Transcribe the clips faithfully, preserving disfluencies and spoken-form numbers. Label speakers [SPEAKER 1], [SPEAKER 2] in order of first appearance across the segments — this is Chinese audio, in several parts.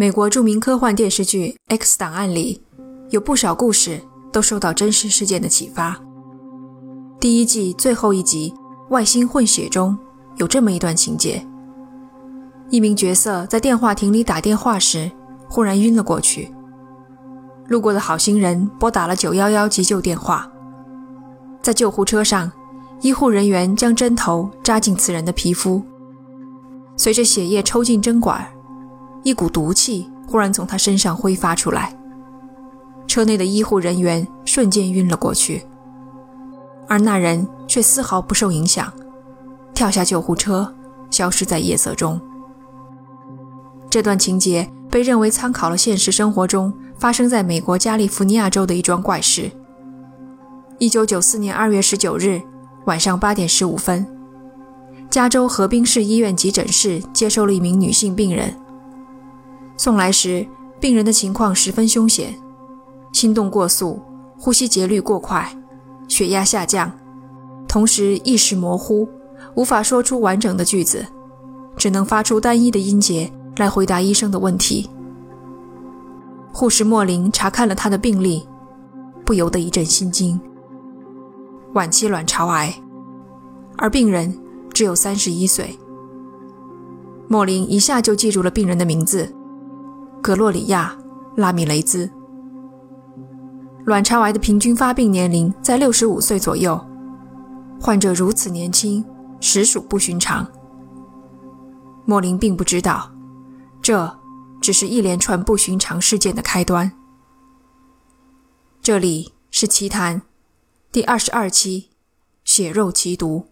[SPEAKER 1] 美国著名科幻电视剧《X 档案》里有不少故事都受到真实事件的启发。第一季最后一集《外星混血》中有这么一段情节：一名角色在电话亭里打电话时忽然晕了过去，路过的好心人拨打了九一一急救电话。在救护车上，医护人员将针头扎进此人的皮肤，随着血液抽进针管，一股毒气忽然从他身上挥发出来，车内的医护人员瞬间晕了过去，而那人却丝毫不受影响，跳下救护车，消失在夜色中。这段情节被认为参考了现实生活中发生在美国加利福尼亚州的一桩怪事。一九九四年二月十九日晚上八点十五分，加州河滨市医院急诊室接收了一名女性病人。送来时，病人的情况十分凶险，心动过速，呼吸节律过快，血压下降，同时意识模糊，无法说出完整的句子，只能发出单一的音节来回答医生的问题。护士莫林查看了他的病历，不由得一阵心惊。晚期卵巢癌，而病人只有三十一岁。莫林一下就记住了病人的名字：格洛里亚·拉米雷兹。卵巢癌的平均发病年龄在六十五岁左右，患者如此年轻，实属不寻常。莫林并不知道，这只是一连串不寻常事件的开端。这里是奇谈第二十二期，血肉奇毒。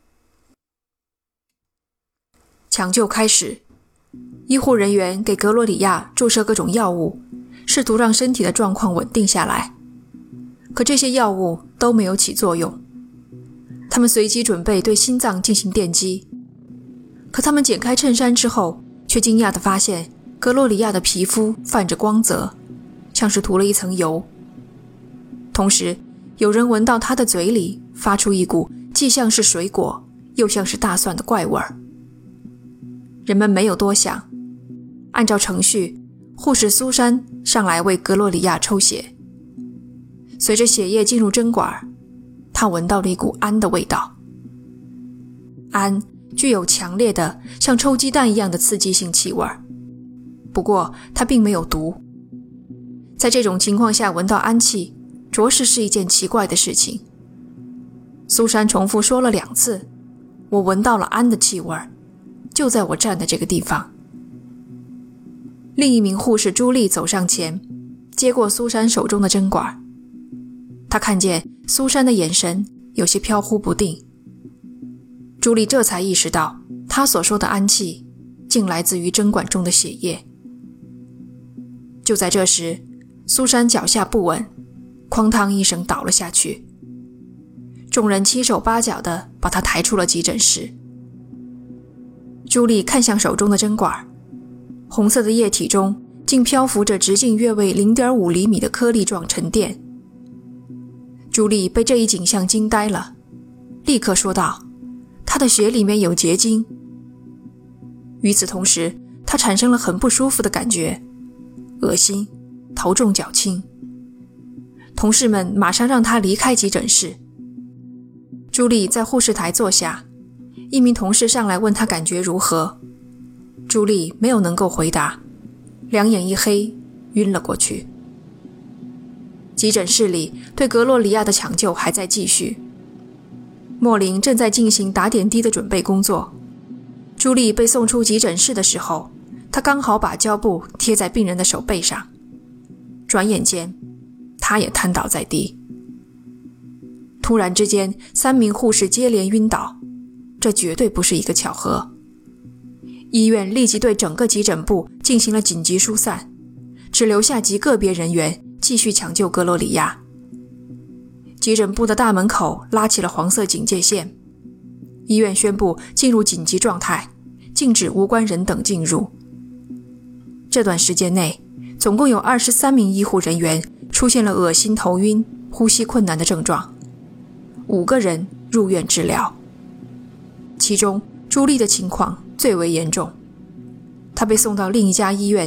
[SPEAKER 1] 抢救开始，医护人员给格罗里亚注射各种药物，试图让身体的状况稳定下来。可这些药物都没有起作用。他们随即准备对心脏进行电击，可他们剪开衬衫之后，却惊讶地发现格罗里亚的皮肤泛着光泽，像是涂了一层油。同时，有人闻到他的嘴里发出一股既像是水果又像是大蒜的怪味儿。人们没有多想，按照程序，护士苏珊上来为格洛里亚抽血。随着血液进入针管，他闻到了一股氨的味道。氨具有强烈的像抽鸡蛋一样的刺激性气味，不过它并没有毒。在这种情况下闻到氨气，着实是一件奇怪的事情。苏珊重复说了两次：我闻到了氨的气味，就在我站的这个地方。另一名护士朱莉走上前，接过苏珊手中的针管。她看见苏珊的眼神有些飘忽不定。朱莉这才意识到，她所说的氨气竟来自于针管中的血液。就在这时，苏珊脚下不稳，哐当一声倒了下去。众人七手八脚地把她抬出了急诊室。朱莉看向手中的针管，红色的液体中竟漂浮着直径约为 零点五厘米的颗粒状沉淀。朱莉被这一景象惊呆了，立刻说道：她的血里面有结晶。与此同时，她产生了很不舒服的感觉，恶心，头重脚轻。同事们马上让她离开急诊室。朱莉在护士台坐下，一名同事上来问她感觉如何。朱莉没有能够回答，两眼一黑，晕了过去。急诊室里对格洛里亚的抢救还在继续。莫林正在进行打点滴的准备工作。朱莉被送出急诊室的时候，她刚好把胶布贴在病人的手背上。转眼间，她也瘫倒在地。突然之间，三名护士接连晕倒，这绝对不是一个巧合。医院立即对整个急诊部进行了紧急疏散，只留下极个别人员继续抢救格罗里亚。急诊部的大门口拉起了黄色警戒线，医院宣布进入紧急状态，禁止无关人等进入。这段时间内，总共有二十三名医护人员出现了恶心、头晕、呼吸困难的症状，五个人入院治疗。其中朱莉的情况最为严重，她被送到另一家医院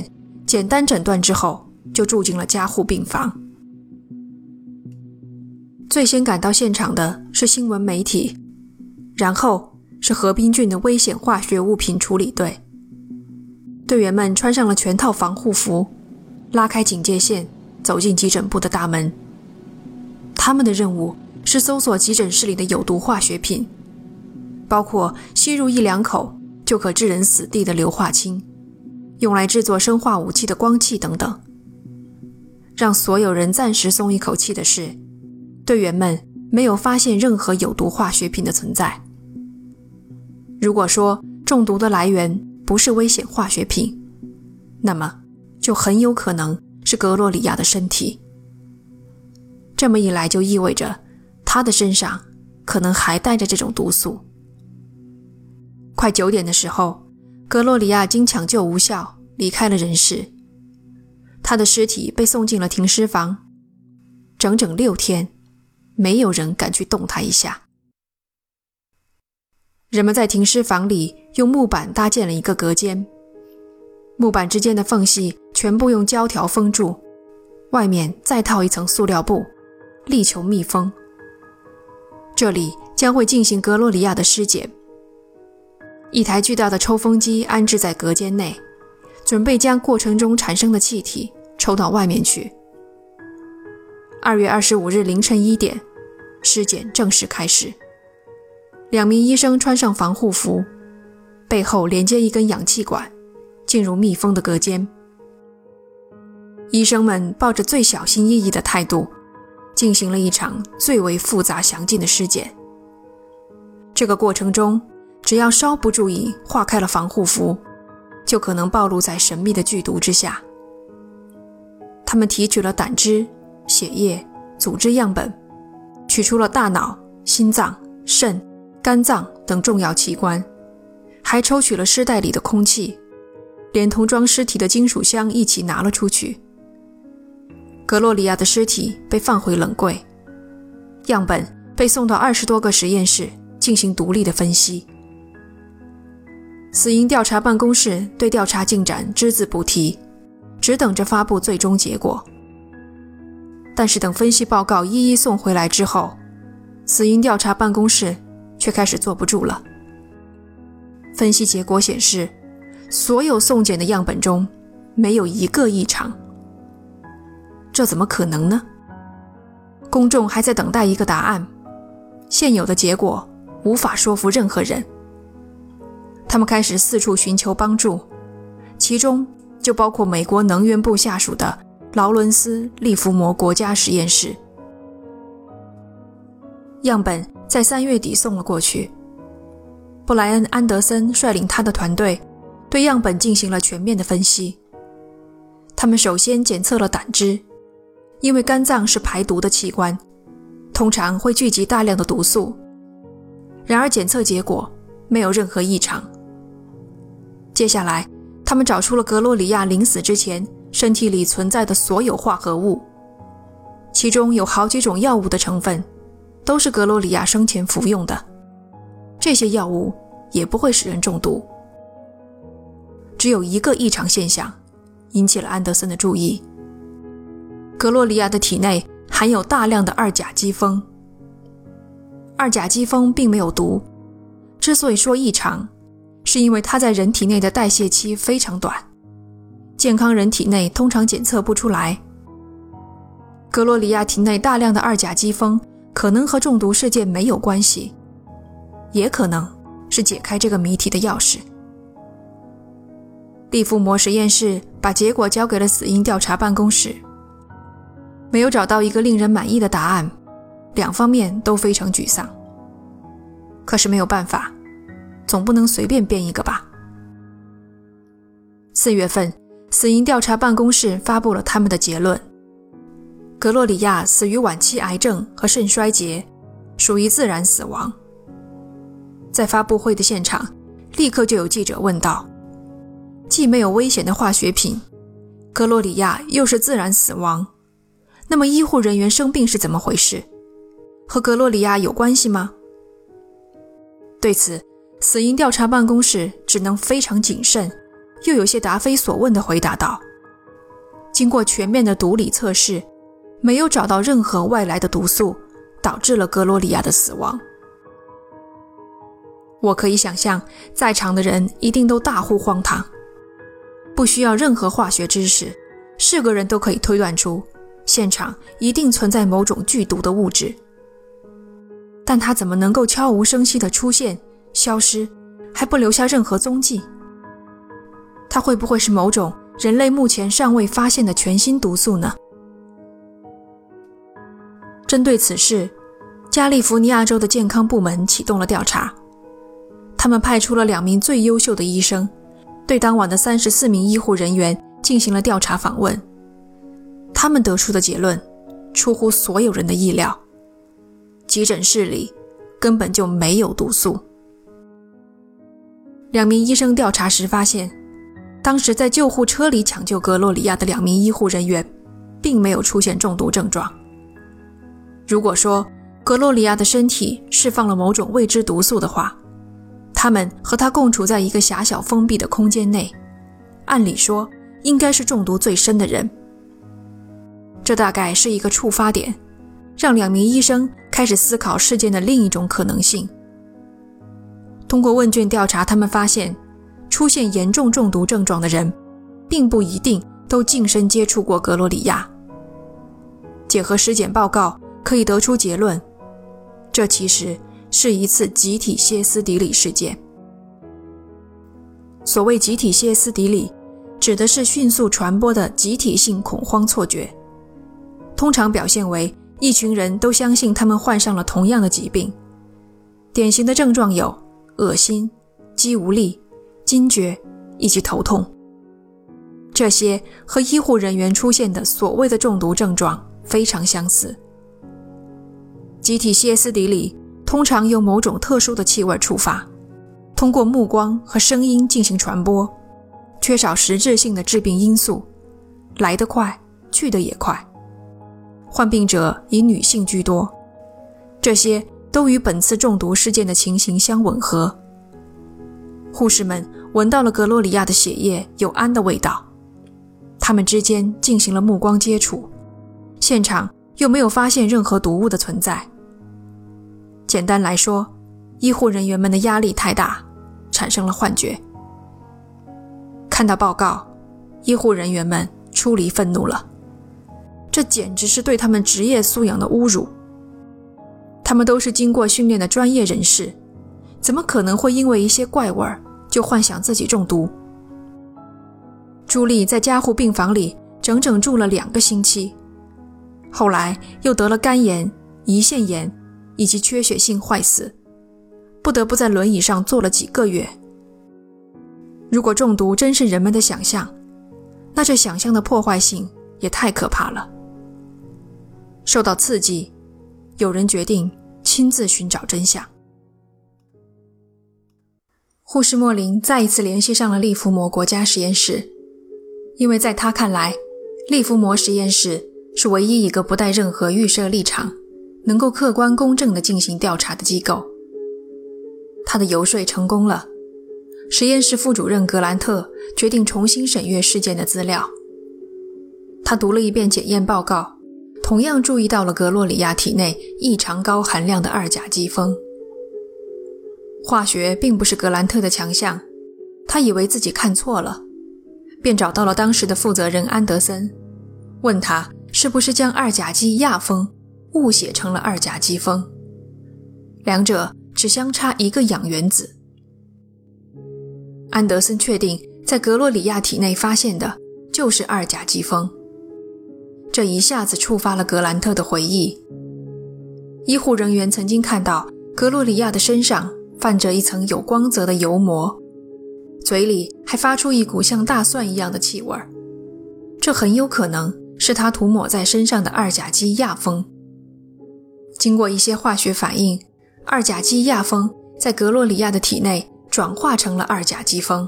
[SPEAKER 1] 简单诊断之后就住进了加护病房。最先赶到现场的是新闻媒体，然后是河滨郡的危险化学物品处理队。队员们穿上了全套防护服，拉开警戒线，走进急诊部的大门。他们的任务是搜索急诊室里的有毒化学品，包括吸入一两口就可致人死地的硫化氢，用来制作生化武器的光气等等。让所有人暂时松一口气的是，队员们没有发现任何有毒化学品的存在。如果说中毒的来源不是危险化学品，那么就很有可能是格洛里亚的身体。这么一来就意味着他的身上可能还带着这种毒素。快九点的时候，格洛里亚经抢救无效离开了人世。他的尸体被送进了停尸房，整整六天没有人敢去动他一下。人们在停尸房里用木板搭建了一个隔间，木板之间的缝隙全部用胶条封住，外面再套一层塑料布，力求密封。这里将会进行格洛里亚的尸检。一台巨大的抽风机安置在隔间内，准备将过程中产生的气体抽到外面去。二月二十五日凌晨一点，尸检正式开始。两名医生穿上防护服，背后连接一根氧气管，进入密封的隔间。医生们抱着最小心翼翼的态度，进行了一场最为复杂详尽的尸检。这个过程中，只要稍不注意划开了防护服，就可能暴露在神秘的剧毒之下。他们提取了胆汁、血液、组织样本，取出了大脑、心脏、肾、肝脏等重要器官，还抽取了尸袋里的空气，连同装尸体的金属箱一起拿了出去。格洛里亚的尸体被放回冷柜，样本被送到二十多个实验室进行独立的分析。死因调查办公室对调查进展只字不提，只等着发布最终结果。但是等分析报告一一送回来之后，死因调查办公室却开始坐不住了。分析结果显示，所有送检的样本中没有一个异常。这怎么可能呢？公众还在等待一个答案，现有的结果无法说服任何人。他们开始四处寻求帮助，其中就包括美国能源部下属的劳伦斯·利弗摩国家实验室。样本在三月底送了过去，布莱恩·安德森率领他的团队对样本进行了全面的分析。他们首先检测了胆汁，因为肝脏是排毒的器官，通常会聚集大量的毒素。然而检测结果没有任何异常。接下来，他们找出了格洛里亚临死之前身体里存在的所有化合物，其中有好几种药物的成分都是格洛里亚生前服用的，这些药物也不会使人中毒。只有一个异常现象引起了安德森的注意，格洛里亚的体内含有大量的二甲基酚。二甲基酚并没有毒，之所以说异常，是因为它在人体内的代谢期非常短，健康人体内通常检测不出来。格洛里亚体内大量的二甲基酚可能和中毒事件没有关系，也可能是解开这个谜题的钥匙。利弗摩实验室把结果交给了死因调查办公室，没有找到一个令人满意的答案，两方面都非常沮丧。可是没有办法，总不能随便编一个吧。四月份，死因调查办公室发布了他们的结论：格洛里亚死于晚期癌症和肾衰竭，属于自然死亡。在发布会的现场，立刻就有记者问道：既没有危险的化学品，格洛里亚又是自然死亡，那么医护人员生病是怎么回事？和格洛里亚有关系吗？对此，死因调查办公室只能非常谨慎又有些答非所问地回答道： 经过全面的毒理测试，没有找到任何外来的毒素，导致了格罗里亚的死亡。我可以想象，在场的人一定都大呼荒唐。不需要任何化学知识，是个人都可以推断出，现场一定存在某种剧毒的物质。但它怎么能够悄无声息地出现、消失，还不留下任何踪迹？它会不会是某种人类目前尚未发现的全新毒素呢？针对此事，加利福尼亚州的健康部门启动了调查。他们派出了两名最优秀的医生，对当晚的三十四名医护人员进行了调查访问。他们得出的结论出乎所有人的意料，急诊室里根本就没有毒素。两名医生调查时发现，当时在救护车里抢救格洛里亚的两名医护人员并没有出现中毒症状。如果说格洛里亚的身体释放了某种未知毒素的话，他们和他共处在一个狭小封闭的空间内，按理说应该是中毒最深的人。这大概是一个触发点，让两名医生开始思考事件的另一种可能性。通过问卷调查，他们发现出现严重中毒症状的人并不一定都近身接触过格罗里亚。结合尸检报告可以得出结论，这其实是一次集体歇斯底里事件。所谓集体歇斯底里，指的是迅速传播的集体性恐慌错觉，通常表现为一群人都相信他们患上了同样的疾病。典型的症状有恶心、肌无力、惊厥以及头痛。这些和医护人员出现的所谓的中毒症状非常相似。集体歇斯底里通常由某种特殊的气味触发，通过目光和声音进行传播，缺少实质性的致病因素，来得快，去得也快。患病者以女性居多，这些都与本次中毒事件的情形相吻合。护士们闻到了格洛里亚的血液有氨的味道，他们之间进行了目光接触，现场又没有发现任何毒物的存在。简单来说，医护人员们的压力太大，产生了幻觉。看到报告，医护人员们出离愤怒了，这简直是对他们职业素养的侮辱。他们都是经过训练的专业人士，怎么可能会因为一些怪味就幻想自己中毒？朱莉在加护病房里整整住了两个星期，后来又得了肝炎、胰腺炎以及缺血性坏死，不得不在轮椅上坐了几个月。如果中毒真是人们的想象，那这想象的破坏性也太可怕了。受到刺激，有人决定亲自寻找真相。护士莫林再一次联系上了利弗摩国家实验室，因为在他看来，利弗摩实验室是唯一一个不带任何预设立场，能够客观公正地进行调查的机构。他的游说成功了，实验室副主任格兰特决定重新审阅事件的资料。他读了一遍检验报告，同样注意到了格洛里亚体内异常高含量的二甲基酚。化学并不是格兰特的强项，他以为自己看错了，便找到了当时的负责人安德森，问他是不是将二甲基亚酚误写成了二甲基酚。两者只相差一个氧原子。安德森确定在格洛里亚体内发现的就是二甲基酚，这一下子触发了格兰特的回忆。医护人员曾经看到格洛里亚的身上泛着一层有光泽的油膜，嘴里还发出一股像大蒜一样的气味，这很有可能是他涂抹在身上的二甲基亚酚。经过一些化学反应，二甲基亚酚在格洛里亚的体内转化成了二甲基酚。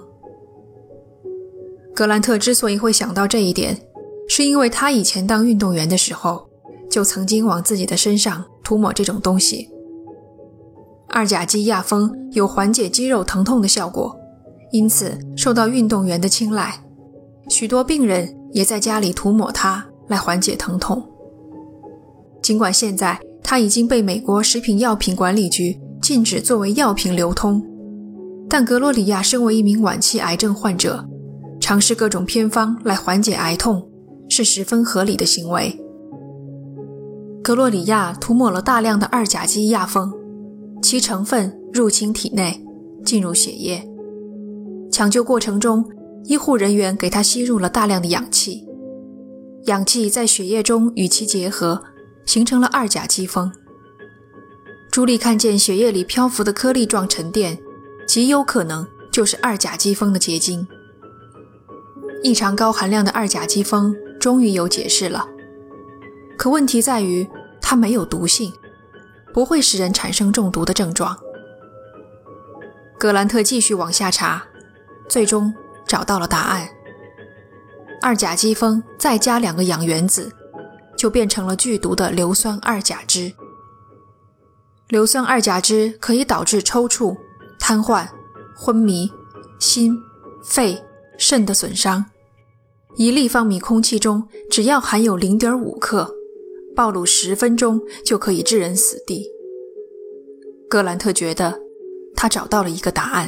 [SPEAKER 1] 格兰特之所以会想到这一点，是因为他以前当运动员的时候就曾经往自己的身上涂抹这种东西。二甲基亚酚有缓解肌肉疼痛的效果，因此受到运动员的青睐， 许多病人也在家里涂抹它来缓解疼痛。尽管现在它已经被美国食品药品管理局禁止作为药品流通，但格罗里亚身为一名晚期癌症患者，尝试各种偏方来缓解癌痛是十分合理的行为。格洛里亚涂抹了大量的二甲基亚酚，其成分入侵体内，进入血液。抢救过程中，医护人员给他吸入了大量的氧气，氧气在血液中与其结合，形成了二甲基酚。朱莉看见血液里漂浮的颗粒状沉淀，极有可能就是二甲基酚的结晶。异常高含量的二甲基酚终于有解释了，可问题在于它没有毒性，不会使人产生中毒的症状。格兰特继续往下查，最终找到了答案。二甲基酚再加两个氧原子，就变成了剧毒的硫酸二甲酯。硫酸二甲酯可以导致抽搐、瘫痪、昏迷、心、肺、肾的损伤。一立方米空气中只要含有 零点五 克，暴露十分钟就可以致人死地。格兰特觉得他找到了一个答案。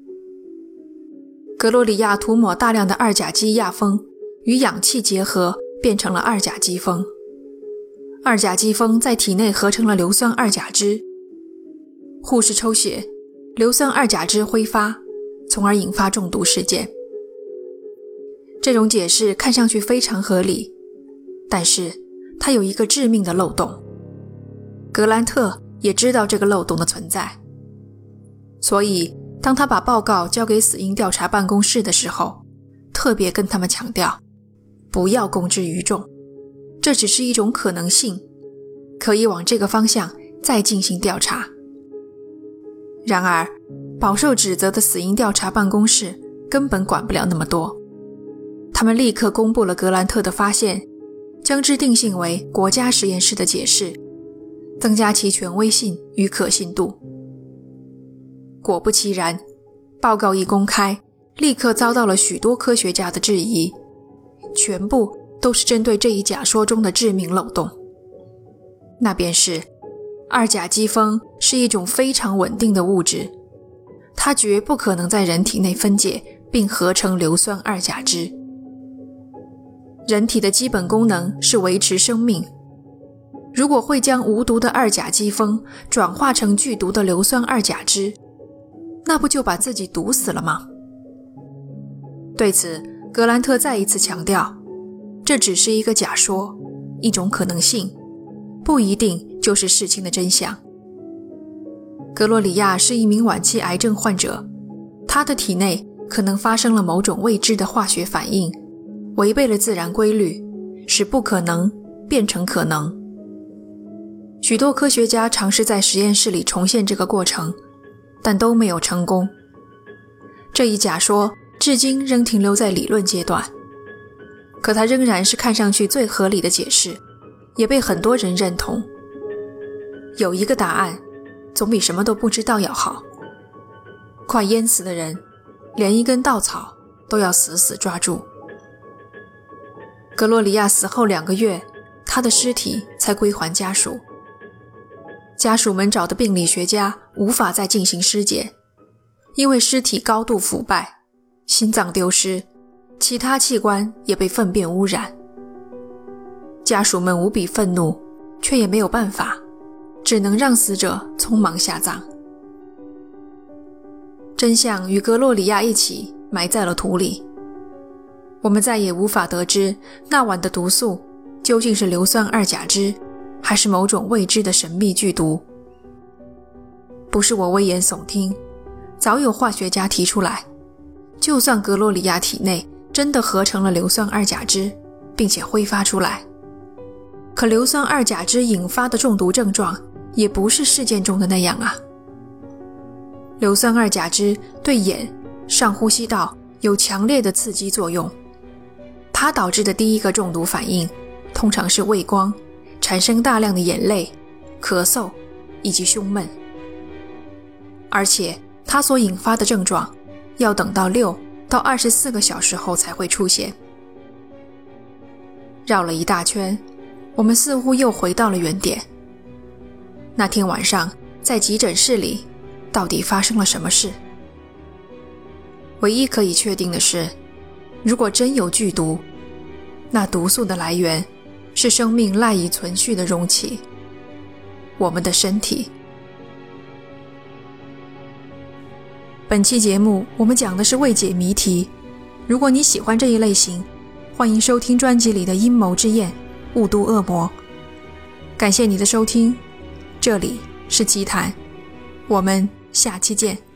[SPEAKER 1] 格罗里亚涂抹大量的二甲基亚酚与氧气结合，变成了二甲基酚。二甲基酚在体内合成了硫酸二甲酯。护士抽血，硫酸二甲酯挥发，从而引发中毒事件。这种解释看上去非常合理，但是它有一个致命的漏洞。格兰特也知道这个漏洞的存在，所以当他把报告交给死因调查办公室的时候，特别跟他们强调，不要公之于众，这只是一种可能性，可以往这个方向再进行调查。然而，饱受指责的死因调查办公室根本管不了那么多，他们立刻公布了格兰特的发现，将之定性为国家实验室的解释，增加其权威性与可信度。果不其然，报告一公开，立刻遭到了许多科学家的质疑，全部都是针对这一假说中的致命漏洞。那便是二甲基酚是一种非常稳定的物质，它绝不可能在人体内分解并合成硫酸二甲酯。人体的基本功能是维持生命，如果会将无毒的二甲基酚转化成剧毒的硫酸二甲酯，那不就把自己毒死了吗？对此，格兰特再一次强调，这只是一个假说，一种可能性，不一定就是事情的真相。格罗里亚是一名晚期癌症患者，他的体内可能发生了某种未知的化学反应，违背了自然规律，使不可能变成可能。许多科学家尝试在实验室里重现这个过程，但都没有成功。这一假说至今仍停留在理论阶段，可它仍然是看上去最合理的解释，也被很多人认同。有一个答案，总比什么都不知道要好。快淹死的人，连一根稻草都要死死抓住。格洛里亚死后两个月，他的尸体才归还家属。家属们找的病理学家无法再进行尸检，因为尸体高度腐败，心脏丢失，其他器官也被粪便污染。家属们无比愤怒，却也没有办法，只能让死者匆忙下葬。真相与格洛里亚一起埋在了土里，我们再也无法得知那晚的毒素究竟是硫酸二甲酯，还是某种未知的神秘剧毒。不是我危言耸听，早有化学家提出来，就算格洛里亚体内真的合成了硫酸二甲酯，并且挥发出来，可硫酸二甲酯引发的中毒症状也不是事件中的那样啊。硫酸二甲酯对眼、上呼吸道有强烈的刺激作用，它导致的第一个中毒反应通常是畏光，产生大量的眼泪、咳嗽以及胸闷，而且它所引发的症状要等到六到二十四个小时后才会出现。绕了一大圈，我们似乎又回到了原点。那天晚上在急诊室里，到底发生了什么事？唯一可以确定的是，如果真有剧毒，那毒素的来源是生命赖以存续的容器，我们的身体。本期节目我们讲的是未解谜题，如果你喜欢这一类型，欢迎收听专辑里的阴谋之焰、雾都恶魔。感谢你的收听，这里是奇谈，我们下期见。